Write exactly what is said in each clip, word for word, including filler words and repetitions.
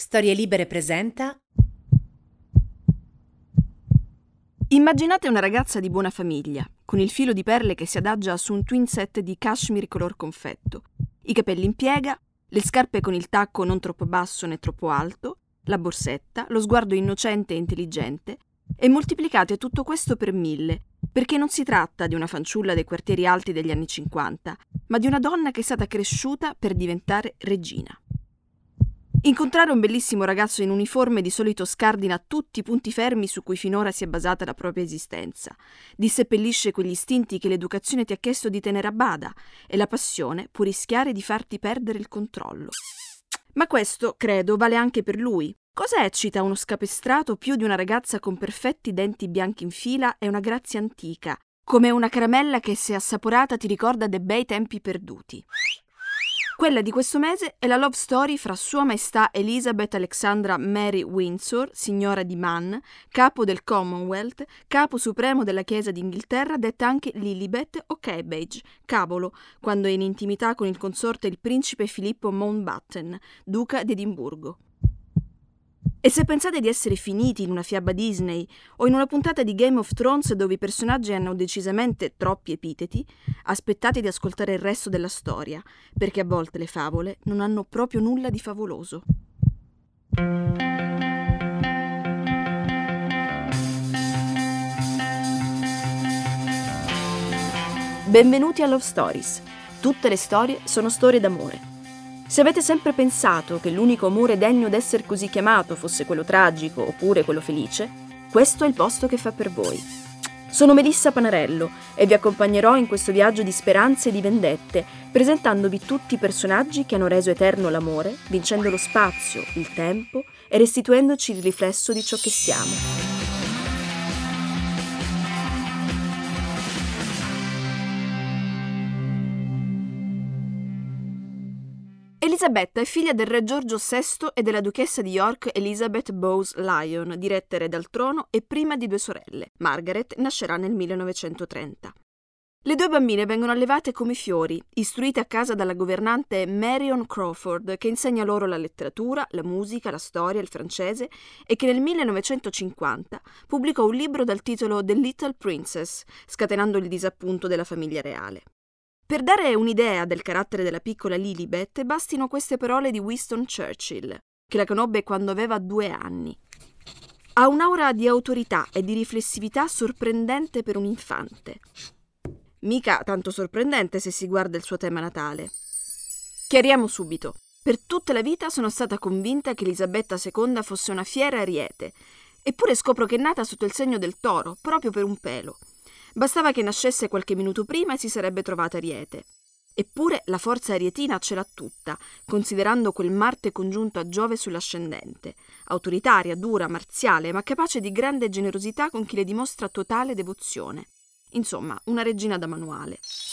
Storie Libere presenta. Immaginate una ragazza di buona famiglia, con il filo di perle che si adagia su un twin set di cashmere color confetto, i capelli in piega, le scarpe con il tacco non troppo basso né troppo alto, la borsetta, lo sguardo innocente e intelligente, e moltiplicate tutto questo per mille, perché non si tratta di una fanciulla dei quartieri alti degli anni cinquanta, ma di una donna che è stata cresciuta per diventare regina. Incontrare un bellissimo ragazzo in uniforme di solito scardina tutti i punti fermi su cui finora si è basata la propria esistenza, disseppellisce quegli istinti che l'educazione ti ha chiesto di tenere a bada e la passione può rischiare di farti perdere il controllo. Ma questo, credo, vale anche per lui. Cosa eccita uno scapestrato più di una ragazza con perfetti denti bianchi in fila e una grazia antica, come una caramella che se assaporata ti ricorda dei bei tempi perduti? Quella di questo mese è la love story fra Sua Maestà Elizabeth Alexandra Mary Windsor, signora di Man, capo del Commonwealth, capo supremo della Chiesa d'Inghilterra, detta anche Lilibet o Cabbage, cavolo, quando è in intimità con il consorte il principe Filippo Mountbatten, duca di Edimburgo. E se pensate di essere finiti in una fiaba Disney o in una puntata di Game of Thrones dove i personaggi hanno decisamente troppi epiteti, aspettate di ascoltare il resto della storia, perché a volte le favole non hanno proprio nulla di favoloso. Benvenuti a Love Stories. Tutte le storie sono storie d'amore. Se avete sempre pensato che l'unico amore degno d'essere così chiamato fosse quello tragico oppure quello felice, questo è il posto che fa per voi. Sono Melissa Panarello e vi accompagnerò in questo viaggio di speranze e di vendette, presentandovi tutti i personaggi che hanno reso eterno l'amore, vincendo lo spazio, il tempo e restituendoci il riflesso di ciò che siamo. Elisabetta è figlia del re Giorgio sesto e della duchessa di York Elizabeth Bowes-Lyon, diretta re dal trono e prima di due sorelle. Margaret nascerà nel millenovecentotrenta. Le due bambine vengono allevate come fiori, istruite a casa dalla governante Marion Crawford, che insegna loro la letteratura, la musica, la storia, il francese e che nel millenovecentocinquanta pubblicò un libro dal titolo The Little Princess, scatenando il disappunto della famiglia reale. Per dare un'idea del carattere della piccola Lilibet, bastino queste parole di Winston Churchill, che la conobbe quando aveva due anni. Ha un'aura di autorità e di riflessività sorprendente per un infante. Mica tanto sorprendente se si guarda il suo tema natale. Chiariamo subito. Per tutta la vita sono stata convinta che Elisabetta seconda fosse una fiera ariete, eppure scopro che è nata sotto il segno del toro, proprio per un pelo. Bastava che nascesse qualche minuto prima e si sarebbe trovata Ariete. Eppure la forza arietina ce l'ha tutta, considerando quel Marte congiunto a Giove sull'ascendente. Autoritaria, dura, marziale, ma capace di grande generosità con chi le dimostra totale devozione. Insomma, una regina da manuale.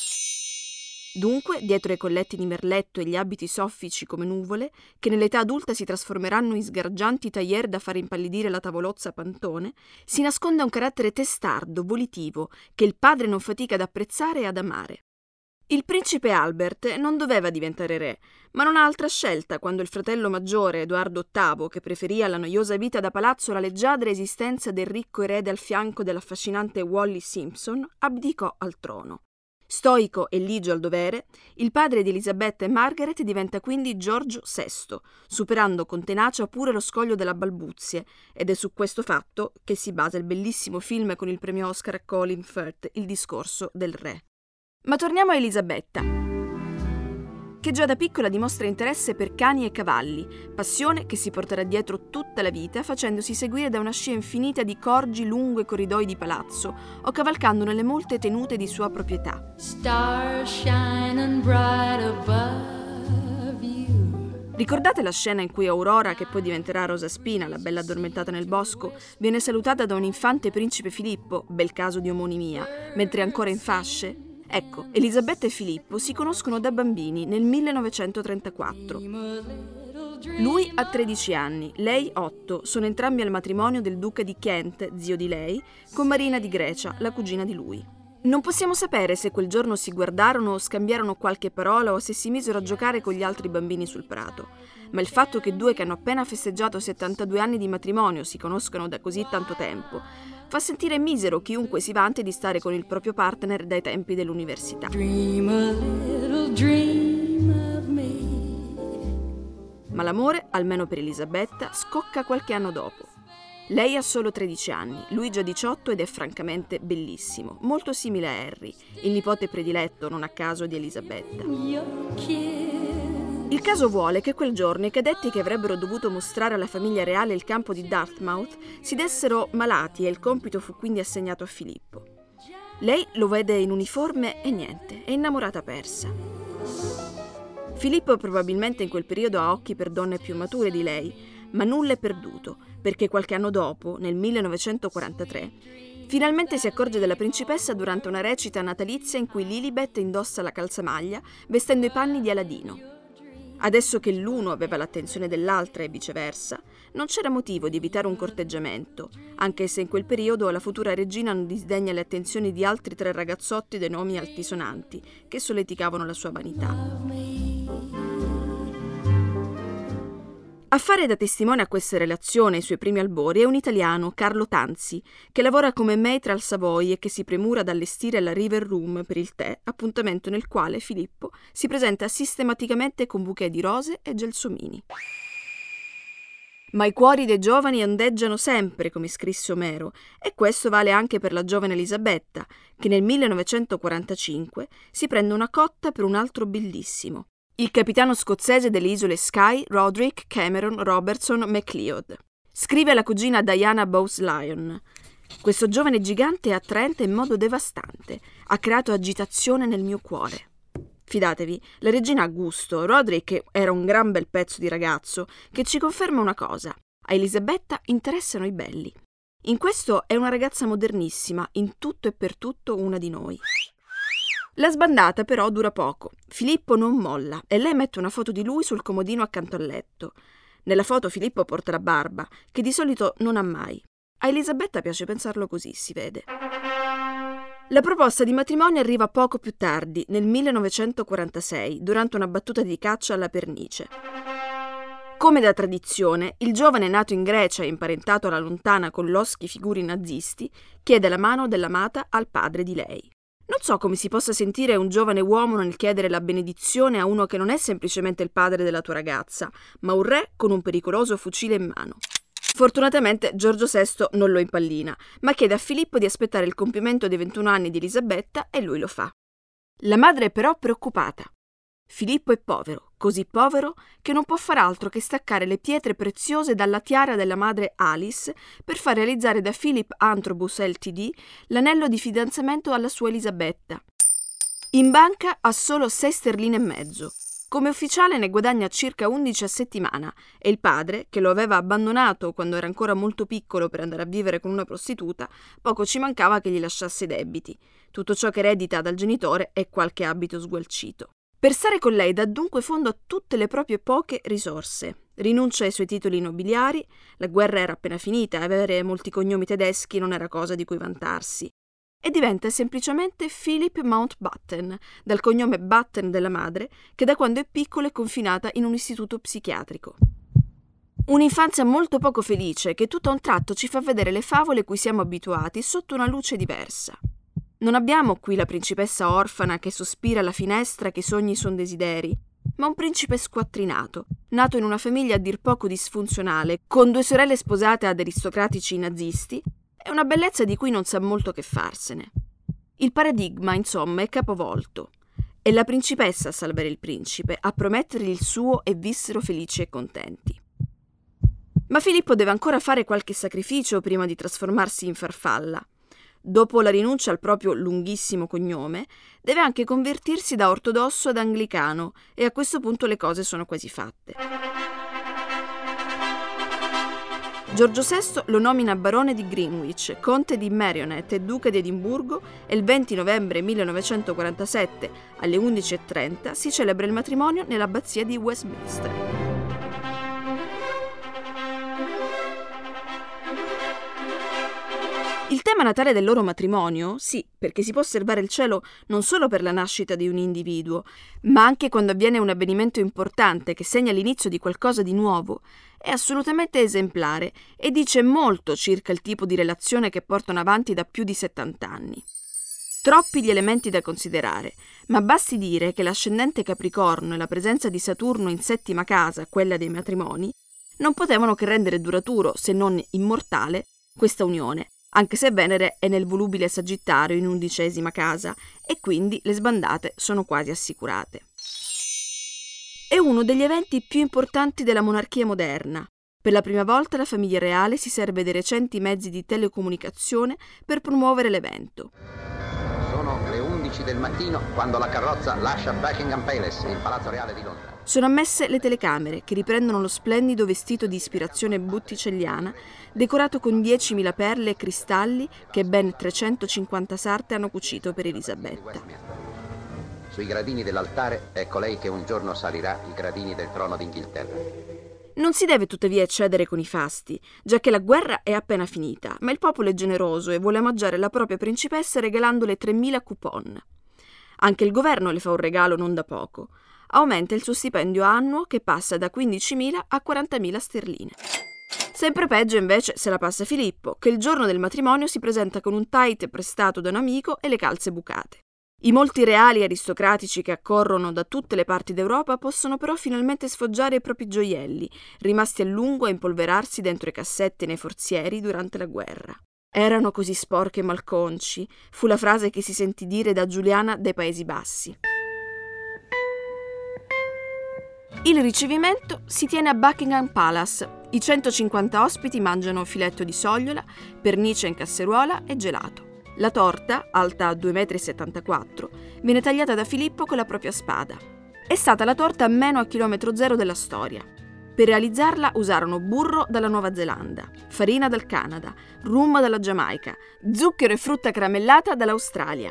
Dunque, dietro ai colletti di merletto e gli abiti soffici come nuvole, che nell'età adulta si trasformeranno in sgargianti tailleur da fare impallidire la tavolozza Pantone, si nasconde un carattere testardo, volitivo, che il padre non fatica ad apprezzare e ad amare. Il principe Albert non doveva diventare re, ma non ha altra scelta quando il fratello maggiore, Edoardo ottavo, che preferia la noiosa vita da palazzo alla leggiadra esistenza del ricco erede al fianco dell'affascinante Wallis Simpson, abdicò al trono. Stoico e ligio al dovere, il padre di Elisabetta e Margaret diventa quindi Giorgio sesto, superando con tenacia pure lo scoglio della balbuzie, ed è su questo fatto che si basa il bellissimo film con il premio Oscar a Colin Firth, Il discorso del re. Ma torniamo a Elisabetta, che già da piccola dimostra interesse per cani e cavalli, passione che si porterà dietro tutta la vita facendosi seguire da una scia infinita di corgi lungo i corridoi di palazzo o cavalcando nelle molte tenute di sua proprietà. Stars shining bright above you. Ricordate la scena in cui Aurora, che poi diventerà Rosa Spina, la bella addormentata nel bosco, viene salutata da un infante principe Filippo, bel caso di omonimia, mentre è ancora in fasce? Ecco, Elisabetta e Filippo si conoscono da bambini nel millenovecentotrentaquattro. Lui ha tredici anni, lei otto, sono entrambi al matrimonio del duca di Kent, zio di lei, con Marina di Grecia, la cugina di lui. Non possiamo sapere se quel giorno si guardarono o scambiarono qualche parola o se si misero a giocare con gli altri bambini sul prato, ma il fatto che due che hanno appena festeggiato settantadue anni di matrimonio si conoscono da così tanto tempo fa sentire misero chiunque si vanti di stare con il proprio partner dai tempi dell'università. Dream a little dream of me. Ma l'amore, almeno per Elisabetta, scocca qualche anno dopo. Lei ha solo tredici anni, lui già diciotto ed è francamente bellissimo, molto simile a Harry, il nipote prediletto, non a caso, di Elisabetta. Il caso vuole che quel giorno i cadetti che avrebbero dovuto mostrare alla famiglia reale il campo di Dartmouth si dessero malati e il compito fu quindi assegnato a Filippo. Lei lo vede in uniforme e niente, è innamorata persa. Filippo probabilmente in quel periodo ha occhi per donne più mature di lei, ma nulla è perduto, perché qualche anno dopo, nel millenovecentoquarantatré, finalmente si accorge della principessa durante una recita natalizia in cui Lilibet indossa la calzamaglia vestendo i panni di Aladino. Adesso che l'uno aveva l'attenzione dell'altra e viceversa, non c'era motivo di evitare un corteggiamento, anche se in quel periodo la futura regina non disdegna le attenzioni di altri tre ragazzotti dai nomi altisonanti che solleticavano la sua vanità. A fare da testimone a questa relazione ai suoi primi albori è un italiano, Carlo Tanzi, che lavora come maître al Savoy e che si premura d'allestire la River Room per il tè, appuntamento nel quale Filippo si presenta sistematicamente con bouquet di rose e gelsomini. Ma i cuori dei giovani ondeggiano sempre, come scrisse Omero, e questo vale anche per la giovane Elisabetta, che nel millenovecentoquarantacinque si prende una cotta per un altro bellissimo, il capitano scozzese delle isole Skye, Roderick Cameron Robertson MacLeod. Scrive alla cugina Diana Bowes-Lyon: «Questo giovane gigante è attraente in modo devastante. Ha creato agitazione nel mio cuore». Fidatevi, la regina ha gusto. Roderick era un gran bel pezzo di ragazzo, che ci conferma una cosa: a Elisabetta interessano i belli. In questo è una ragazza modernissima, in tutto e per tutto una di noi. La sbandata però dura poco. Filippo non molla e lei mette una foto di lui sul comodino accanto al letto. Nella foto Filippo porta la barba, che di solito non ha mai. A Elisabetta piace pensarlo così, si vede. La proposta di matrimonio arriva poco più tardi, nel millenovecentoquarantasei, durante una battuta di caccia alla pernice. Come da tradizione, il giovane nato in Grecia e imparentato alla lontana con loschi figuri nazisti chiede la mano dell'amata al padre di lei. Non so come si possa sentire un giovane uomo nel chiedere la benedizione a uno che non è semplicemente il padre della tua ragazza, ma un re con un pericoloso fucile in mano. Fortunatamente Giorgio sesto non lo impallina, ma chiede a Filippo di aspettare il compimento dei ventuno anni di Elisabetta e lui lo fa. La madre è però preoccupata. Filippo è povero, così povero che non può far altro che staccare le pietre preziose dalla tiara della madre Alice per far realizzare da Philip Antrobus Ltd l'anello di fidanzamento alla sua Elisabetta. In banca ha solo sei sterline e mezzo. Come ufficiale ne guadagna circa undici a settimana e il padre, che lo aveva abbandonato quando era ancora molto piccolo per andare a vivere con una prostituta, poco ci mancava che gli lasciasse i debiti. Tutto ciò che eredita dal genitore è qualche abito sgualcito. Per stare con lei dà dunque fondo a tutte le proprie poche risorse. Rinuncia ai suoi titoli nobiliari, la guerra era appena finita e avere molti cognomi tedeschi non era cosa di cui vantarsi. E diventa semplicemente Philip Mountbatten, dal cognome Batten della madre, che da quando è piccolo è confinata in un istituto psichiatrico. Un'infanzia molto poco felice che tutto a un tratto ci fa vedere le favole cui siamo abituati sotto una luce diversa. Non abbiamo qui la principessa orfana che sospira alla finestra che i sogni son desideri, ma un principe squattrinato, nato in una famiglia a dir poco disfunzionale, con due sorelle sposate ad aristocratici nazisti e una bellezza di cui non sa molto che farsene. Il paradigma, insomma, è capovolto. È la principessa a salvare il principe, a promettergli il suo e vissero felici e contenti. Ma Filippo deve ancora fare qualche sacrificio prima di trasformarsi in farfalla. Dopo la rinuncia al proprio lunghissimo cognome, deve anche convertirsi da ortodosso ad anglicano e a questo punto le cose sono quasi fatte. Giorgio sesto lo nomina barone di Greenwich, conte di Merioneth e duca di Edimburgo e il venti novembre millenovecentoquarantasette alle undici e trenta si celebra il matrimonio nell'abbazia di Westminster. Il Il tema natale del loro matrimonio, sì, perché si può osservare il cielo non solo per la nascita di un individuo, ma anche quando avviene un avvenimento importante che segna l'inizio di qualcosa di nuovo, è assolutamente esemplare e dice molto circa il tipo di relazione che portano avanti da più di settanta anni. Troppi gli elementi da considerare, ma basti dire che l'ascendente Capricorno e la presenza di Saturno in settima casa, quella dei matrimoni, non potevano che rendere duraturo, se non immortale, questa unione, anche se Venere è nel volubile Sagittario in undicesima casa e quindi le sbandate sono quasi assicurate. È uno degli eventi più importanti della monarchia moderna. Per la prima volta la famiglia reale si serve dei recenti mezzi di telecomunicazione per promuovere l'evento. Sono le undici del mattino quando la carrozza lascia Buckingham Palace, il palazzo reale di Londra. Sono ammesse le telecamere che riprendono lo splendido vestito di ispirazione botticelliana, decorato con diecimila perle e cristalli che ben trecentocinquanta sarte hanno cucito per Elisabetta. Sui gradini dell'altare è colei che un giorno salirà i gradini del trono d'Inghilterra. Non si deve tuttavia eccedere con i fasti, già che la guerra è appena finita, ma il popolo è generoso e vuole omaggiare la propria principessa regalandole tremila coupon. Anche il governo le fa un regalo non da poco. Aumenta il suo stipendio annuo che passa da quindicimila a quarantamila sterline. Sempre peggio invece se la passa Filippo, che il giorno del matrimonio si presenta con un tight prestato da un amico e le calze bucate. I molti reali aristocratici che accorrono da tutte le parti d'Europa possono però finalmente sfoggiare i propri gioielli, rimasti a lungo a impolverarsi dentro i cassetti e nei forzieri durante la guerra. Erano così sporchi e malconci, fu la frase che si sentì dire da Giuliana dei Paesi Bassi. Il ricevimento si tiene a Buckingham Palace. I centocinquanta ospiti mangiano filetto di sogliola, pernice in casseruola e gelato. La torta, alta due virgola settantaquattro metri, viene tagliata da Filippo con la propria spada. È stata la torta meno a chilometro zero della storia. Per realizzarla usarono burro dalla Nuova Zelanda, farina dal Canada, rum dalla Giamaica, zucchero e frutta caramellata dall'Australia.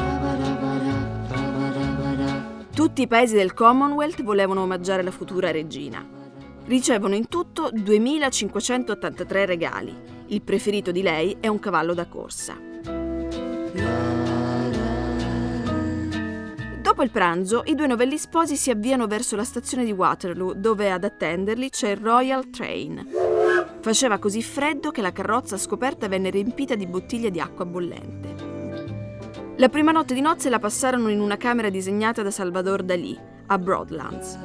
Tutti i paesi del Commonwealth volevano omaggiare la futura regina. Ricevono in tutto duemilacinquecentottantatré regali. Il preferito di lei è un cavallo da corsa. Dopo il pranzo, i due novelli sposi si avviano verso la stazione di Waterloo, dove ad attenderli c'è il Royal Train. Faceva così freddo che la carrozza scoperta venne riempita di bottiglie di acqua bollente. La prima notte di nozze la passarono in una camera disegnata da Salvador Dalí, a Broadlands.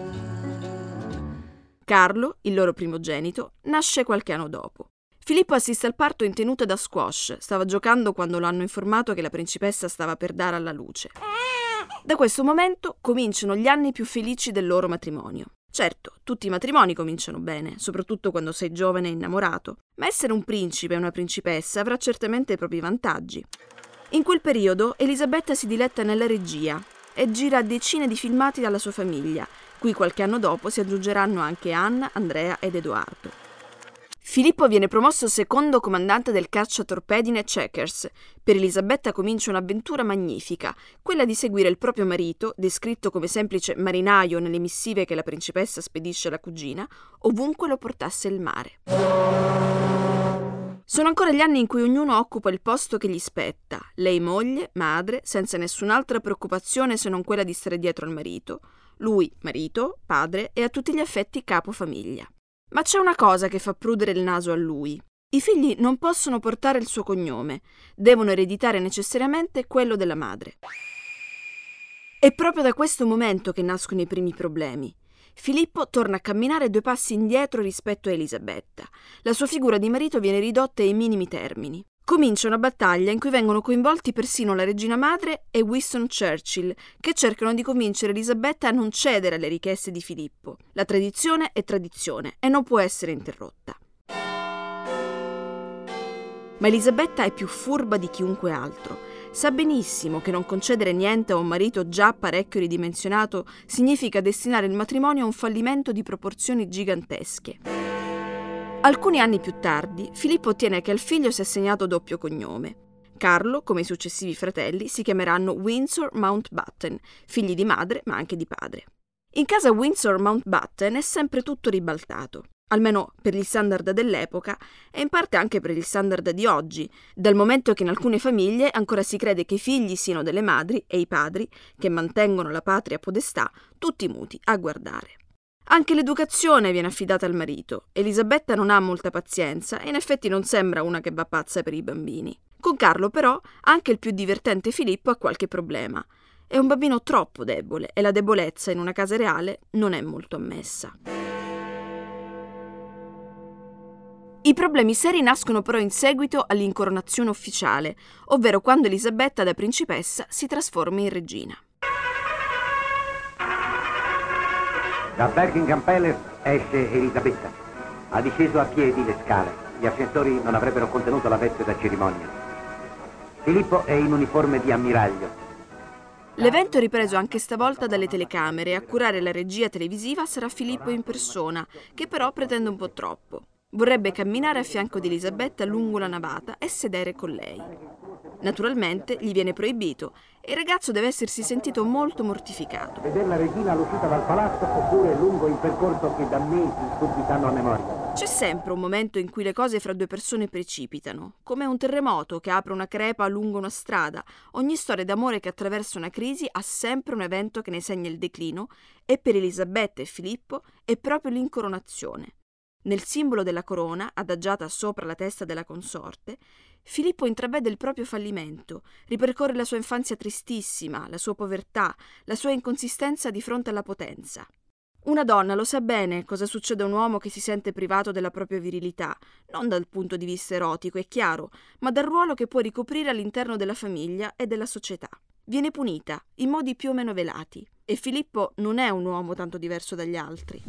Carlo, il loro primogenito, nasce qualche anno dopo. Filippo assiste al parto in tenuta da squash, stava giocando quando lo hanno informato che la principessa stava per dare alla luce. Da questo momento cominciano gli anni più felici del loro matrimonio. Certo, tutti i matrimoni cominciano bene, soprattutto quando sei giovane e innamorato, ma essere un principe e una principessa avrà certamente i propri vantaggi. In quel periodo Elisabetta si diletta nella regia e gira decine di filmati dalla sua famiglia, cui qualche anno dopo si aggiungeranno anche Anna, Andrea ed Edoardo. Filippo viene promosso secondo comandante del cacciatorpedine Checkers. Per Elisabetta comincia un'avventura magnifica, quella di seguire il proprio marito, descritto come semplice marinaio nelle missive che la principessa spedisce alla cugina, ovunque lo portasse il mare. Sono ancora gli anni in cui ognuno occupa il posto che gli spetta, lei moglie, madre, senza nessun'altra preoccupazione se non quella di stare dietro al marito, lui marito, padre e a tutti gli effetti capo famiglia. Ma c'è una cosa che fa prudere il naso a lui. I figli non possono portare il suo cognome, devono ereditare necessariamente quello della madre. È proprio da questo momento che nascono i primi problemi. Filippo torna a camminare due passi indietro rispetto a Elisabetta. La sua figura di marito viene ridotta ai minimi termini. Comincia una battaglia in cui vengono coinvolti persino la regina madre e Winston Churchill, che cercano di convincere Elisabetta a non cedere alle richieste di Filippo. La tradizione è tradizione e non può essere interrotta. Ma Elisabetta è più furba di chiunque altro. Sa benissimo che non concedere niente a un marito già parecchio ridimensionato significa destinare il matrimonio a un fallimento di proporzioni gigantesche. Alcuni anni più tardi, Filippo ottiene che al figlio sia assegnato doppio cognome. Carlo, come i successivi fratelli, si chiameranno Windsor Mountbatten, figli di madre ma anche di padre. In casa Windsor Mountbatten è sempre tutto ribaltato. almeno per gli standard dell'epoca e in parte anche per gli standard di oggi, dal momento che in alcune famiglie ancora si crede che i figli siano delle madri e i padri, che mantengono la patria podestà, tutti muti a guardare. Anche l'educazione viene affidata al marito. Elisabetta non ha molta pazienza e in effetti non sembra una che va pazza per i bambini. Con Carlo però anche il più divertente Filippo ha qualche problema. È un bambino troppo debole e la debolezza in una casa reale non è molto ammessa. I problemi seri nascono però in seguito all'incoronazione ufficiale, ovvero quando Elisabetta da principessa si trasforma in regina. Da Buckingham Palace esce Elisabetta. Ha disceso a piedi le scale. Gli ascensori non avrebbero contenuto la veste da cerimonia. Filippo è in uniforme di ammiraglio. L'evento è ripreso anche stavolta dalle telecamere e a curare la regia televisiva sarà Filippo in persona, che però pretende un po' troppo. Vorrebbe camminare a fianco di Elisabetta lungo la navata e sedere con lei. Naturalmente gli viene proibito e il ragazzo deve essersi sentito molto mortificato. Vedere la regina all'uscita dal palazzo oppure lungo il percorso che da mesi tutti sanno a memoria. C'è sempre un momento in cui le cose fra due persone precipitano, come un terremoto che apre una crepa lungo una strada. Ogni storia d'amore che attraversa una crisi ha sempre un evento che ne segna il declino e per Elisabetta e Filippo è proprio l'incoronazione. Nel simbolo della corona, adagiata sopra la testa della consorte, Filippo intravede il proprio fallimento, ripercorre la sua infanzia tristissima, la sua povertà, la sua inconsistenza di fronte alla potenza. Una donna lo sa bene cosa succede a un uomo che si sente privato della propria virilità, non dal punto di vista erotico, è chiaro, ma dal ruolo che può ricoprire all'interno della famiglia e della società. Viene punita, in modi più o meno velati, e Filippo non è un uomo tanto diverso dagli altri.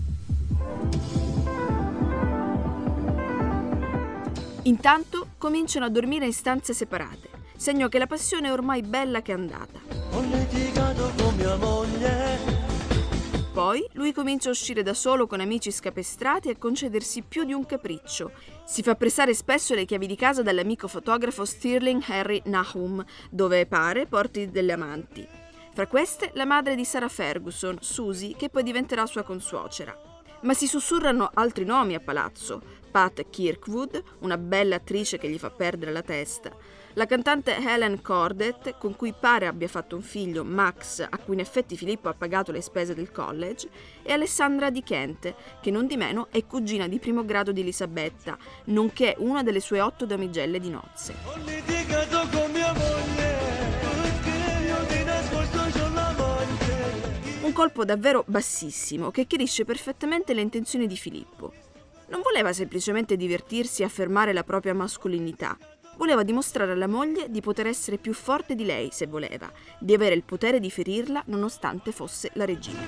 Intanto cominciano a dormire in stanze separate, segno che la passione è ormai bella che è andata. Ho litigato con mia moglie. Poi lui comincia a uscire da solo con amici scapestrati e a concedersi più di un capriccio. Si fa prestare spesso le chiavi di casa dall'amico fotografo Stirling Harry Nahum, dove pare porti delle amanti. Fra queste la madre di Sarah Ferguson, Susie, che poi diventerà sua consuocera. Ma si sussurrano altri nomi a palazzo. Pat Kirkwood, una bella attrice che gli fa perdere la testa, la cantante Helen Cordet, con cui pare abbia fatto un figlio, Max, a cui in effetti Filippo ha pagato le spese del college, e Alessandra Di Kent, che non di meno è cugina di primo grado di Elisabetta, nonché una delle sue otto damigelle di nozze. Ho litigato con mia moglie, perché io di nascosto c'ho l'amante. Un colpo davvero bassissimo che chiarisce perfettamente le intenzioni di Filippo. Non voleva semplicemente divertirsi e affermare la propria mascolinità. Voleva dimostrare alla moglie di poter essere più forte di lei, se voleva, di avere il potere di ferirla nonostante fosse la regina.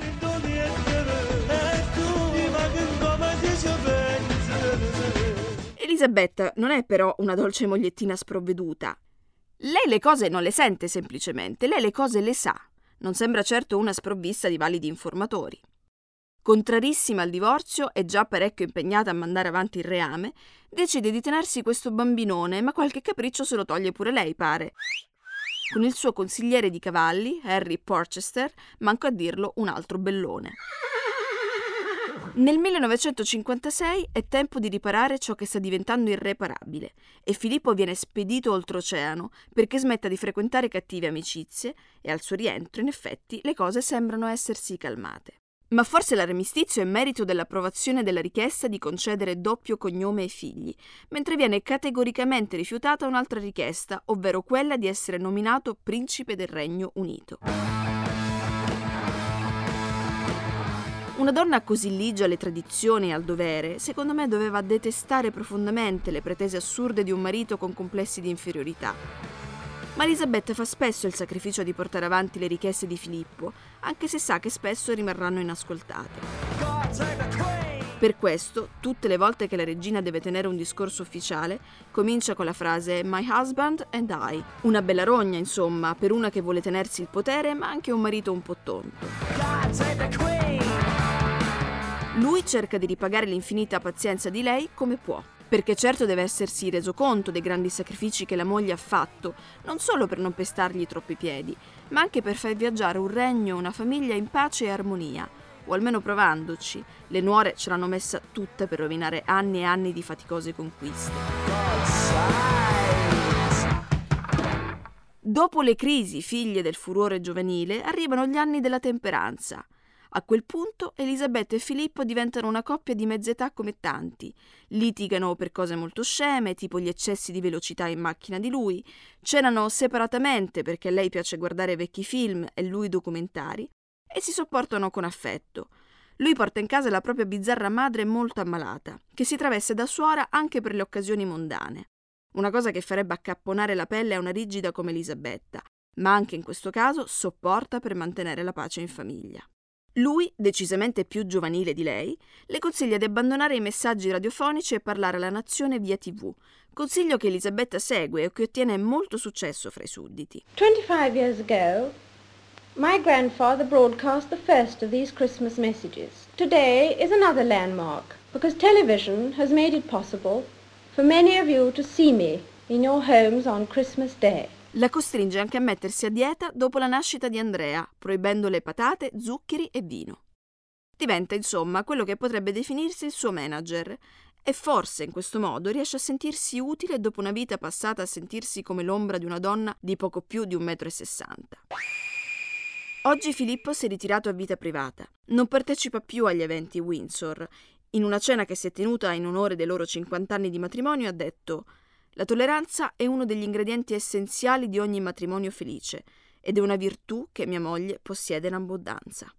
Elisabetta non è però una dolce mogliettina sprovveduta. Lei le cose non le sente semplicemente, lei le cose le sa. Non sembra certo una sprovvista di validi informatori. Contrarissima al divorzio e già parecchio impegnata a mandare avanti il reame, decide di tenersi questo bambinone, ma qualche capriccio se lo toglie pure lei, pare. Con il suo consigliere di cavalli, Harry Porchester, manco a dirlo un altro bellone. Nel millenovecentocinquantasei è tempo di riparare ciò che sta diventando irreparabile e Filippo viene spedito oltreoceano perché smetta di frequentare cattive amicizie e al suo rientro, in effetti, le cose sembrano essersi calmate. Ma forse l'armistizio è merito dell'approvazione della richiesta di concedere doppio cognome ai figli, mentre viene categoricamente rifiutata un'altra richiesta, ovvero quella di essere nominato principe del Regno Unito. Una donna così ligia alle tradizioni e al dovere, secondo me doveva detestare profondamente le pretese assurde di un marito con complessi di inferiorità. Ma Elisabetta fa spesso il sacrificio di portare avanti le richieste di Filippo, anche se sa che spesso rimarranno inascoltate. Per questo, tutte le volte che la regina deve tenere un discorso ufficiale, comincia con la frase «My husband and I». Una bella rogna, insomma, per una che vuole tenersi il potere, ma anche un marito un po' tonto. Lui cerca di ripagare l'infinita pazienza di lei come può, perché certo deve essersi reso conto dei grandi sacrifici che la moglie ha fatto, non solo per non pestargli troppi piedi, ma anche per far viaggiare un regno e una famiglia in pace e armonia, o almeno provandoci. Le nuore ce l'hanno messa tutta per rovinare anni e anni di faticose conquiste. Dopo le crisi figlie del furore giovanile arrivano gli anni della temperanza. A quel punto Elisabetta e Filippo diventano una coppia di mezz'età come tanti. Litigano per cose molto sceme, tipo gli eccessi di velocità in macchina di lui, cenano separatamente perché a lei piace guardare vecchi film e lui documentari, e si sopportano con affetto. Lui porta in casa la propria bizzarra madre molto ammalata, che si traveste da suora anche per le occasioni mondane. Una cosa che farebbe accapponare la pelle a una rigida come Elisabetta, ma anche in questo caso sopporta per mantenere la pace in famiglia. Lui, decisamente più giovanile di lei, le consiglia di abbandonare i messaggi radiofonici e parlare alla nazione via tivù, consiglio che Elisabetta segue e che ottiene molto successo fra i sudditi. twenty-five years ago, my grandfather broadcast the first of these Christmas messages. Today is another landmark, because television has made it possible for many of you to see me in your homes on Christmas Day. La costringe anche a mettersi a dieta dopo la nascita di Andrea, proibendole patate, zuccheri e vino. Diventa, insomma, quello che potrebbe definirsi il suo manager, e forse in questo modo riesce a sentirsi utile dopo una vita passata a sentirsi come l'ombra di una donna di poco più di un metro e sessanta. Oggi Filippo si è ritirato a vita privata, non partecipa più agli eventi Windsor. In una cena che si è tenuta in onore dei loro cinquanta anni di matrimonio ha detto: «La tolleranza è uno degli ingredienti essenziali di ogni matrimonio felice ed è una virtù che mia moglie possiede in abbondanza».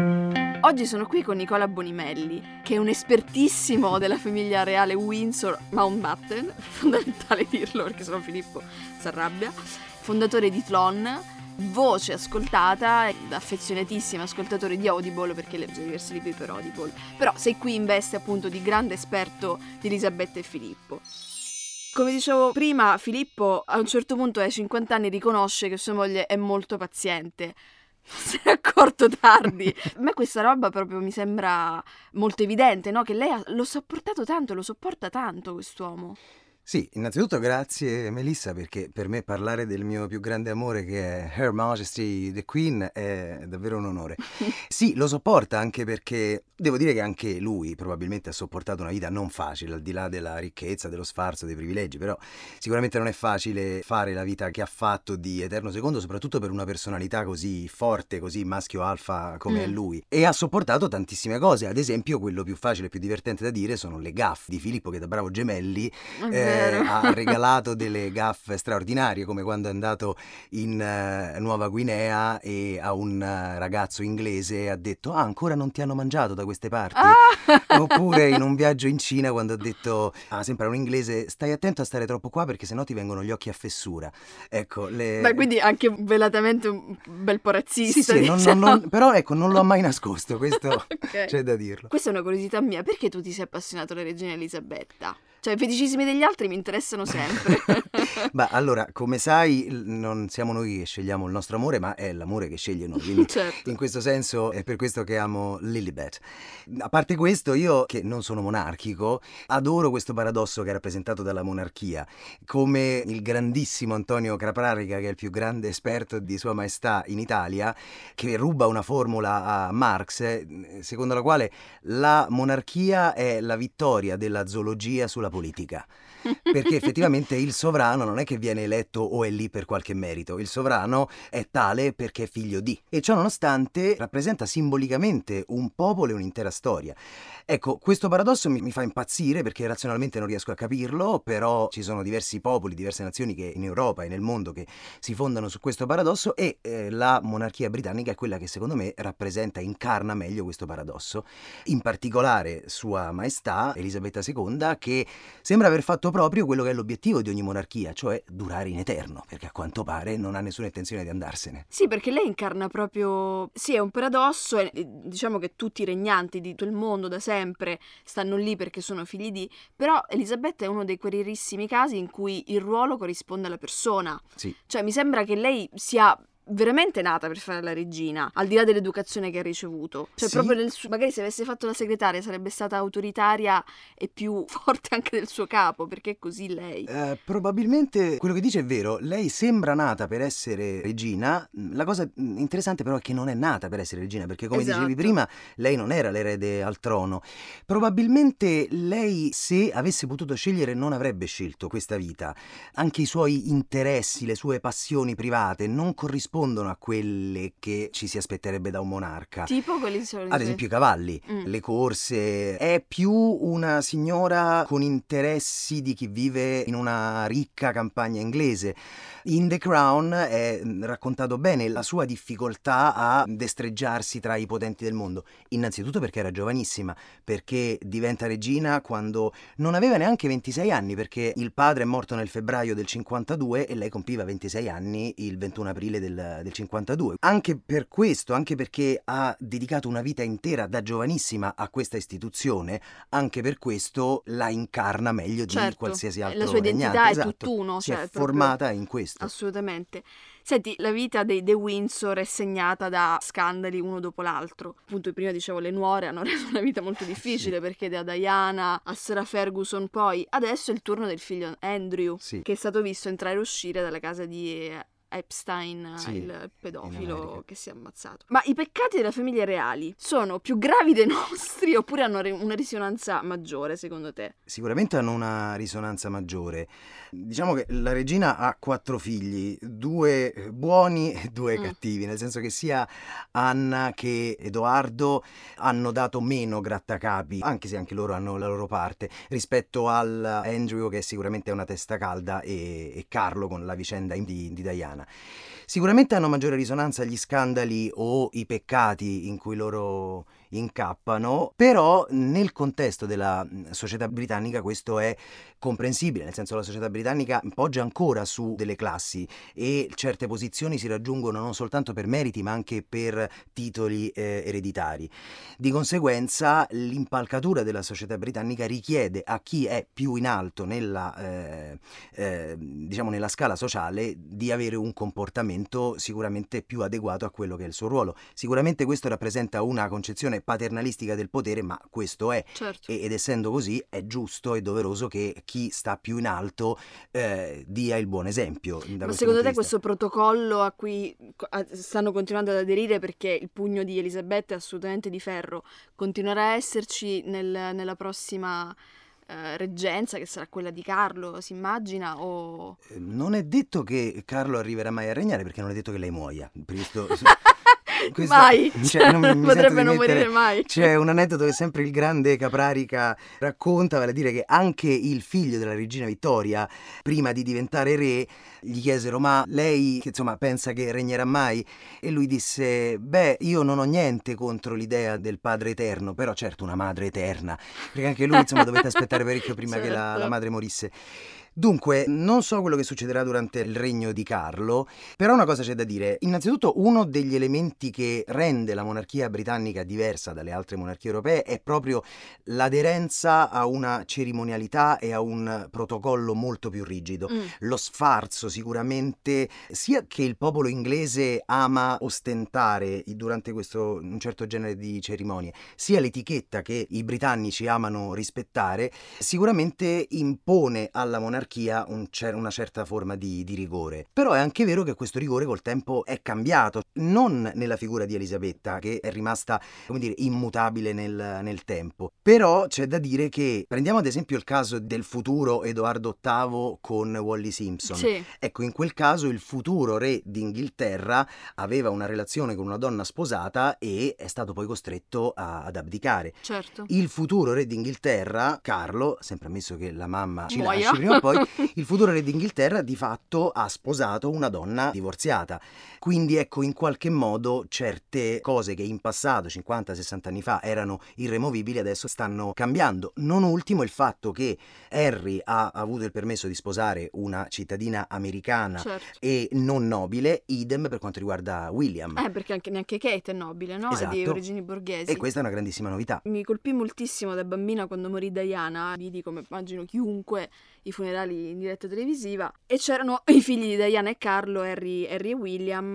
Oggi sono qui con Nicola Bonimelli, che è un espertissimo della famiglia reale Windsor Mountbatten, fondamentale dirlo perché sennò Filippo si arrabbia, fondatore di Tlon, voce ascoltata, affezionatissima, ascoltatore di Audible perché legge diversi libri per Audible, però sei qui in veste appunto di grande esperto di Elisabetta e Filippo. Come dicevo prima, Filippo a un certo punto ai cinquanta anni riconosce che sua moglie è molto paziente. Se ne è accorto tardi. A me questa roba proprio mi sembra molto evidente, no? Che lei ha, lo sopportato tanto, lo sopporta tanto quest'uomo. Sì, innanzitutto grazie Melissa, perché per me parlare del mio più grande amore, che è Her Majesty the Queen, è davvero un onore. Sì, lo sopporta anche perché devo dire che anche lui probabilmente ha sopportato una vita non facile, al di là della ricchezza, dello sfarzo, dei privilegi, però sicuramente non è facile fare la vita che ha fatto di Eterno Secondo, soprattutto per una personalità così forte, così maschio alfa come Mm. è lui. E ha sopportato tantissime cose, ad esempio quello più facile e più divertente da dire sono le gaffe di Filippo, che da bravo Gemelli È eh, vero. ha regalato delle gaffe straordinarie, come quando è andato in eh, Nuova Guinea e a un eh, ragazzo inglese ha detto: ah, ancora non ti hanno mangiato da queste parti? Ah! Oppure in un viaggio in Cina, quando ha detto, ah, sempre a un inglese: stai attento a stare troppo qua perché sennò ti vengono gli occhi a fessura. Ecco, le... Beh, quindi anche velatamente un bel po' razzista. Sì, sì, non- non- diciamo. non- però ecco, non l'ho mai nascosto, questo Ok. c'è da dirlo. Questa è una curiosità mia, perché tu ti sei appassionato alla regina Elisabetta? Cioè, i feticismi degli altri mi interessano sempre. Ma allora, come sai, l- non siamo noi che scegliamo il nostro amore, ma è l'amore che sceglie noi. Quindi Certo. in questo senso è per questo che amo Lilibet. A parte questo, io, che non sono monarchico, adoro questo paradosso che è rappresentato dalla monarchia. Come il grandissimo Antonio Caprarica, che è il più grande esperto di Sua Maestà in Italia, che ruba una formula a Marx, eh, secondo la quale la monarchia è la vittoria della zoologia sulla politica. Perché effettivamente il sovrano non è che viene eletto o è lì per qualche merito, il sovrano è tale perché è figlio di, e ciò nonostante rappresenta simbolicamente un popolo e un'intera storia. Ecco, questo paradosso mi, mi fa impazzire perché razionalmente non riesco a capirlo, però ci sono diversi popoli, diverse nazioni che in Europa e nel mondo che si fondano su questo paradosso, e eh, la monarchia britannica è quella che secondo me rappresenta, incarna meglio questo paradosso, in particolare Sua Maestà Elisabetta seconda, che sembra aver fatto proprio quello che è l'obiettivo di ogni monarchia, cioè durare in eterno, perché a quanto pare non ha nessuna intenzione di andarsene. Sì, perché lei incarna proprio... Sì, è un paradosso, e diciamo che tutti i regnanti di tutto il mondo da sempre stanno lì perché sono figli di... Però Elisabetta è uno dei quei rarissimi casi in cui il ruolo corrisponde alla persona. Sì. Cioè, mi sembra che lei sia veramente nata per fare la regina, al di là dell'educazione che ha ricevuto. Cioè Sì. proprio nel suo, magari se avesse fatto la segretaria sarebbe stata autoritaria e più forte anche del suo capo, perché è così lei. Eh, probabilmente quello che dice è vero, lei sembra nata per essere regina, la cosa interessante però è che non è nata per essere regina, perché come Esatto. dicevi prima, lei non era l'erede al trono. Probabilmente lei, se avesse potuto scegliere, non avrebbe scelto questa vita. Anche i suoi interessi, le sue passioni private non corrispondono a quelle che ci si aspetterebbe da un monarca. Tipo quelli sono Ad esempio i cavalli, Mm. le corse. È più una signora con interessi di chi vive in una ricca campagna inglese. In The Crown è raccontato bene la sua difficoltà a destreggiarsi tra i potenti del mondo. Innanzitutto perché era giovanissima, perché diventa regina quando non aveva neanche ventisei anni, perché il padre è morto nel febbraio del cinquantadue e lei compiva ventisei anni il ventuno aprile del, del cinquantadue. Anche per questo, anche perché ha dedicato una vita intera da giovanissima a questa istituzione, anche per questo la incarna meglio di Certo, qualsiasi altro la sua identità regnante. è Esatto. tutt'uno, Si cioè, è proprio- formata in questo. Assolutamente. Senti, la vita dei De Windsor è segnata da scandali uno dopo l'altro. Appunto, prima dicevo, le nuore hanno reso una vita molto difficile, Sì. perché da Diana a Sarah Ferguson, poi adesso è il turno del figlio Andrew, Sì. che è stato visto entrare e uscire dalla casa di Epstein, Sì, il in pedofilo America. che si è ammazzato. Ma i peccati delle famiglie reali sono più gravi dei nostri oppure hanno re- una risonanza maggiore, secondo te? Sicuramente hanno una risonanza maggiore. Diciamo che la regina ha quattro figli, due buoni e due Mm. cattivi, nel senso che sia Anna che Edoardo hanno dato meno grattacapi, anche se anche loro hanno la loro parte, rispetto al Andrew, che sicuramente è una testa calda, e, e Carlo con la vicenda di, di Diana. Sicuramente hanno maggiore risonanza gli scandali o i peccati in cui loro incappano, però nel contesto della mh, società britannica questo è comprensibile, nel senso la società britannica poggia ancora su delle classi e certe posizioni si raggiungono non soltanto per meriti ma anche per titoli eh, ereditari. Di conseguenza l'impalcatura della società britannica richiede a chi è più in alto nella, eh, eh, diciamo nella scala sociale di avere un comportamento sicuramente più adeguato a quello che è il suo ruolo. Sicuramente questo rappresenta una concezione paternalistica del potere, ma questo è. Certo. E- ed essendo così è giusto e doveroso che chi sta più in alto eh, dia il buon esempio. Da Ma questo secondo punto te di vista. questo protocollo a cui co- a- stanno continuando ad aderire, perché il pugno di Elisabetta è assolutamente di ferro, continuerà a esserci nel- nella prossima eh, reggenza, che sarà quella di Carlo, si immagina? O... Eh, Non è detto che Carlo arriverà mai a regnare, perché non è detto che lei muoia. Questo, questo- mai! cioè, non mi- mi sento Potrebbe di non mettere- morire mai. C'è un aneddoto che sempre il grande Caprarica racconta, vale a dire che anche il figlio della regina Vittoria, prima di diventare re, gli chiesero: ma lei, che, insomma, pensa che regnerà mai? E lui disse: beh, io non ho niente contro l'idea del padre eterno, però certo una madre eterna, perché anche lui, insomma, dovette aspettare parecchio prima che la, Certo. la madre morisse. Dunque, non so quello che succederà durante il regno di Carlo, però una cosa c'è da dire. Innanzitutto, uno degli elementi che rende la monarchia britannica diversa dalle altre monarchie europee è proprio l'aderenza a una cerimonialità e a un protocollo molto più rigido. Mm. Lo sfarzo sicuramente, sia che il popolo inglese ama ostentare durante questo un certo genere di cerimonie, sia l'etichetta che i britannici amano rispettare, sicuramente impone alla monarchia un cer- una certa forma di, di rigore. Però è anche vero che questo rigore col tempo è cambiato, non nella figura di Elisabetta, che è rimasta, come dire, immutabile nel, nel tempo. Però c'è da dire che, prendiamo ad esempio il caso del futuro Edoardo ottavo con Wally Simpson. Sì. Ecco, in quel caso il futuro re d'Inghilterra aveva una relazione con una donna sposata e è stato poi costretto a- ad abdicare. Certo. Il futuro re d'Inghilterra, Carlo, sempre ammesso che la mamma ci Muoia. lasci prima o poi, il futuro re d'Inghilterra di fatto ha sposato una donna divorziata. Quindi ecco, in qualche modo certe cose che in passato, cinquanta sessanta anni fa, erano irremovibili, adesso stanno cambiando. Non ultimo il fatto che Harry ha avuto il permesso di sposare una cittadina americana Certo. e non nobile, idem per quanto riguarda William. Eh, perché anche neanche Kate è nobile, no? È di Esatto. origini borghesi. E questa è una grandissima novità. Mi colpì moltissimo da bambina quando morì Diana, vidi, come immagino chiunque, i funerali in diretta televisiva, e c'erano i figli di Diana e Carlo, Harry, Harry e William,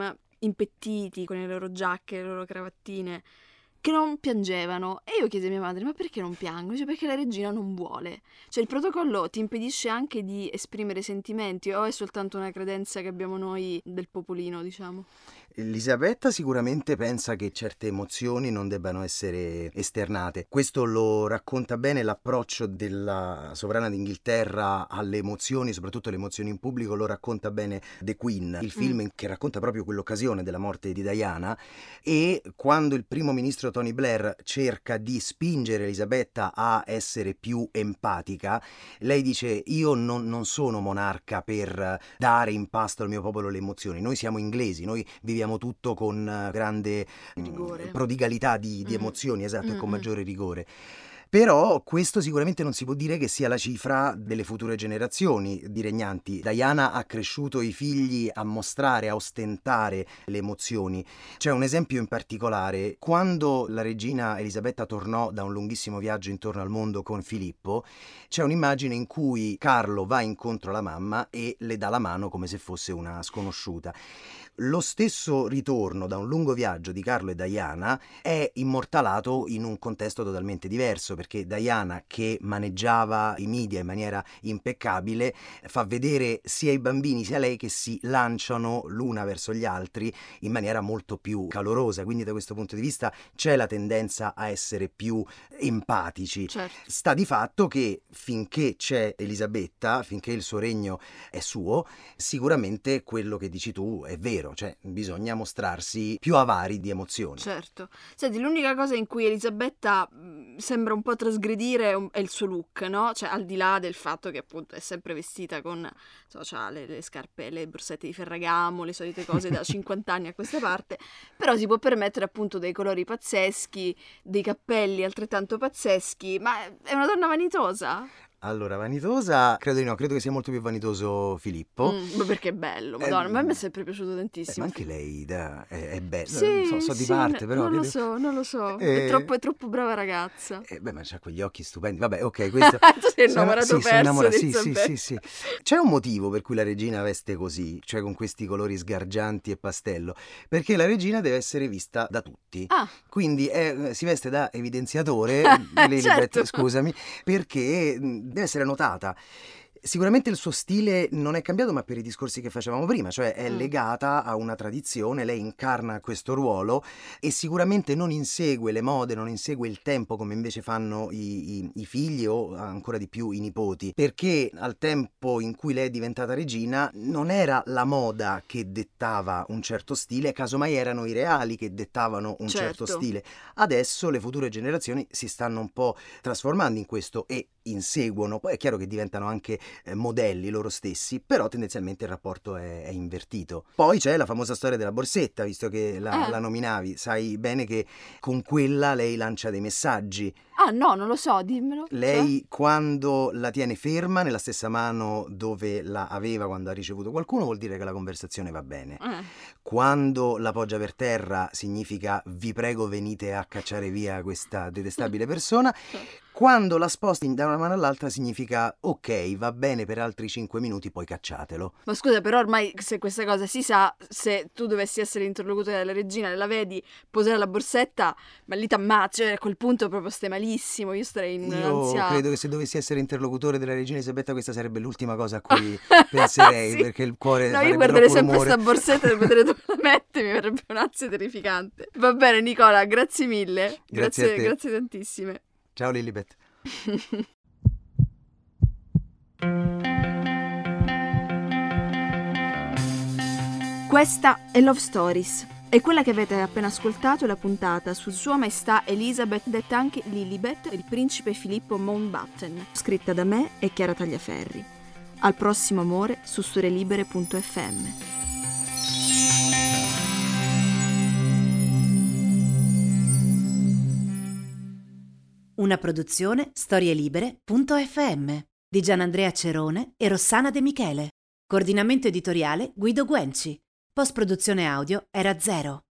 impettiti con le loro giacche, le loro cravattine, che non piangevano. E io chiesi a mia madre: ma perché non piangono? Dice: perché la regina non vuole. Cioè il protocollo ti impedisce anche di esprimere sentimenti, o è soltanto una credenza che abbiamo noi del popolino, diciamo? Elisabetta sicuramente pensa che certe emozioni non debbano essere esternate. Questo lo racconta bene l'approccio della sovrana d'Inghilterra alle emozioni, soprattutto le emozioni in pubblico, lo racconta bene The Queen, il film Mm. che racconta proprio quell'occasione della morte di Diana, e quando il primo ministro Tony Blair cerca di spingere Elisabetta a essere più empatica, lei dice: io non, non sono monarca per dare in pasto al mio popolo le emozioni, noi siamo inglesi, noi viviamo tutto con eh, grande mh, Rigore. prodigalità di, di Mm. emozioni, esatto, e con Mm-mm. maggiore rigore. Però questo sicuramente non si può dire che sia la cifra delle future generazioni di regnanti. Diana ha cresciuto i figli a mostrare, a ostentare le emozioni. C'è un esempio in particolare: quando la regina Elisabetta tornò da un lunghissimo viaggio intorno al mondo con Filippo, c'è un'immagine in cui Carlo va incontro alla mamma e le dà la mano come se fosse una sconosciuta. Lo stesso ritorno da un lungo viaggio di Carlo e Diana è immortalato in un contesto totalmente diverso, perché Diana, che maneggiava i media in maniera impeccabile, fa vedere sia i bambini sia lei che si lanciano l'una verso gli altri in maniera molto più calorosa, quindi da questo punto di vista c'è la tendenza a essere più empatici. Certo. Sta di fatto che finché c'è Elisabetta, finché il suo regno è suo, sicuramente quello che dici tu è vero, cioè bisogna mostrarsi più avari di emozioni. Certo. Senti, l'unica cosa in cui Elisabetta mh, sembra un po' trasgredire è, un- è il suo look, no? Cioè, al di là del fatto che appunto è sempre vestita con, so, c'ha le, le scarpe, le borsette di Ferragamo, le solite cose da cinquanta anni a questa parte, però si può permettere appunto dei colori pazzeschi, dei cappelli altrettanto pazzeschi, ma è una donna vanitosa? Allora, vanitosa, credo di no, credo che sia molto più vanitoso Filippo. Mm, ma perché è bello, madonna, ma a me è sempre piaciuto Eh, tantissimo. ma anche lei da- è, è bella, Sì, so, so di sì, parte, n- però... non lo credo- so, non lo so, Eh, è troppo, è troppo brava ragazza. eh, beh, ma c'ha quegli occhi stupendi. Vabbè, ok, questo... Tu sei sono- innamorato sì, sono perso innamorato, di sì, sì, Elisabetta. sì, sì. C'è un motivo per cui la regina veste così, cioè con questi colori sgargianti e pastello, perché la regina deve essere vista da tutti. Ah, Quindi eh, si veste da evidenziatore, Lilibet, certo. scusami, perché mh, deve essere notata. Sicuramente il suo stile non è cambiato, ma per i discorsi che facevamo prima, cioè è Mm. legata a una tradizione, lei incarna questo ruolo e sicuramente non insegue le mode, non insegue il tempo come invece fanno i, i- i figli o ancora di più i nipoti, perché al tempo in cui lei è diventata regina non era la moda che dettava un certo stile, casomai erano i reali che dettavano un certo Certo. stile. Adesso le future generazioni si stanno un po' trasformando in questo e inseguono, poi è chiaro che diventano anche eh, modelli loro stessi, però tendenzialmente il rapporto è, è invertito. Poi c'è la famosa storia della borsetta, visto che la, Eh. la nominavi, sai bene che con quella lei lancia dei messaggi. Ah, no, non lo so, dimmelo. Lei quando la tiene ferma nella stessa mano dove la aveva quando ha ricevuto qualcuno, vuol dire che la conversazione va bene. Cioè? Eh. Quando la poggia per terra significa vi prego venite a cacciare via questa detestabile persona. Quando la sposti da una mano all'altra significa ok, va bene per altri cinque minuti, poi cacciatelo. Ma scusa, però ormai se questa cosa si sa, se tu dovessi essere l'interlocutore della regina e la vedi posare la borsetta, ma lì t'ammazzi, cioè a quel punto proprio stai malissimo, io starei in Io un'ansia... credo che se dovessi essere interlocutore della regina Elisabetta questa sarebbe l'ultima cosa a cui penserei, Sì. perché il cuore No, io farebbe guarderei troppo sempre rumore. sta borsetta per vedere dove la mette, mi verrebbe un'ansia terrificante. Va bene Nicola, grazie mille. Grazie a te. Grazie tantissime. Ciao Lilibet. Questa è Love Stories. E quella che avete appena ascoltato è la puntata su Sua Maestà Elizabeth, detta anche Lilibet, il principe Filippo Mountbatten, scritta da me e Chiara Tagliaferri. Al prossimo amore su storielibere punto effe emme. Una produzione storielibere punto effe emme di Gianandrea Cerone e Rossana De Michele. Coordinamento editoriale Guido Guenci. Post-produzione audio Era Zero.